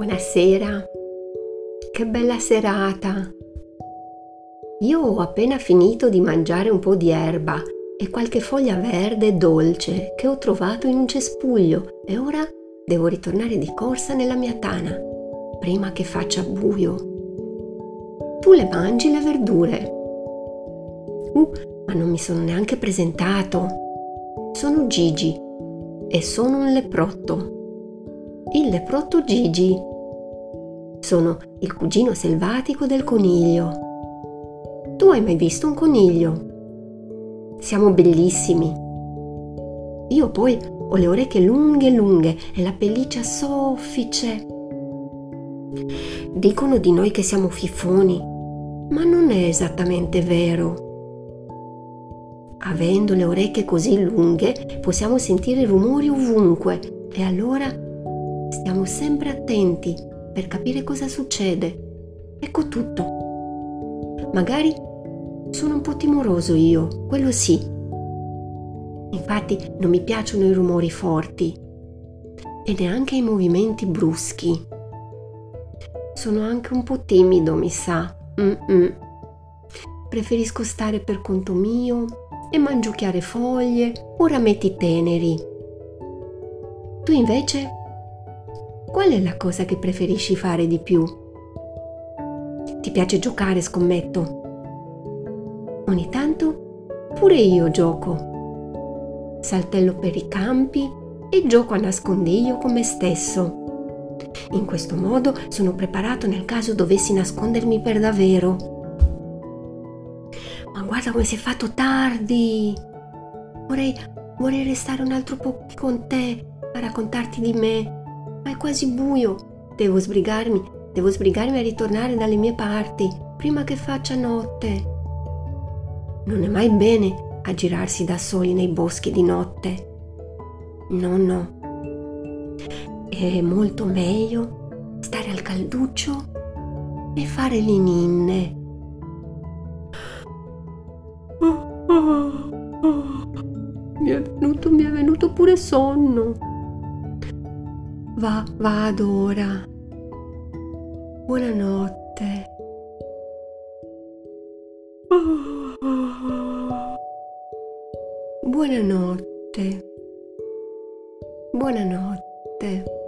Buonasera, che bella serata! Io ho appena finito di mangiare un po' di erba e qualche foglia verde e dolce che ho trovato in un cespuglio e ora devo ritornare di corsa nella mia tana, prima che faccia buio. Tu le mangi le verdure? Ma non mi sono neanche presentato. Sono Gigi e sono un leprotto. Il leprotto Gigi. Sono il cugino selvatico del coniglio. Tu hai mai visto un coniglio? Siamo bellissimi. Io poi ho le orecchie lunghe lunghe e la pelliccia soffice. Dicono di noi che siamo fifoni, ma non è esattamente vero. Avendo le orecchie così lunghe possiamo sentire rumori ovunque e allora stiamo sempre attenti per capire cosa succede. Ecco tutto. Magari sono un po' timoroso io, quello sì. Infatti non mi piacciono i rumori forti e neanche i movimenti bruschi. Sono anche un po' timido, mi sa. Preferisco stare per conto mio e mangiucchiare foglie o rametti teneri. Tu invece? Qual è la cosa che preferisci fare di più? Ti piace giocare, scommetto? Ogni tanto pure io gioco. Saltello per i campi e gioco a nascondiglio con me stesso. In questo modo sono preparato nel caso dovessi nascondermi per davvero. Ma guarda come si è fatto tardi! Vorrei restare un altro po' con te a raccontarti di me. Ma è quasi buio. Devo sbrigarmi a ritornare dalle mie parti prima che faccia notte. Non è mai bene aggirarsi da soli nei boschi di notte. No. È molto meglio stare al calduccio e fare le ninne. Mi è venuto pure sonno. Vado ora. Buonanotte. Buonanotte.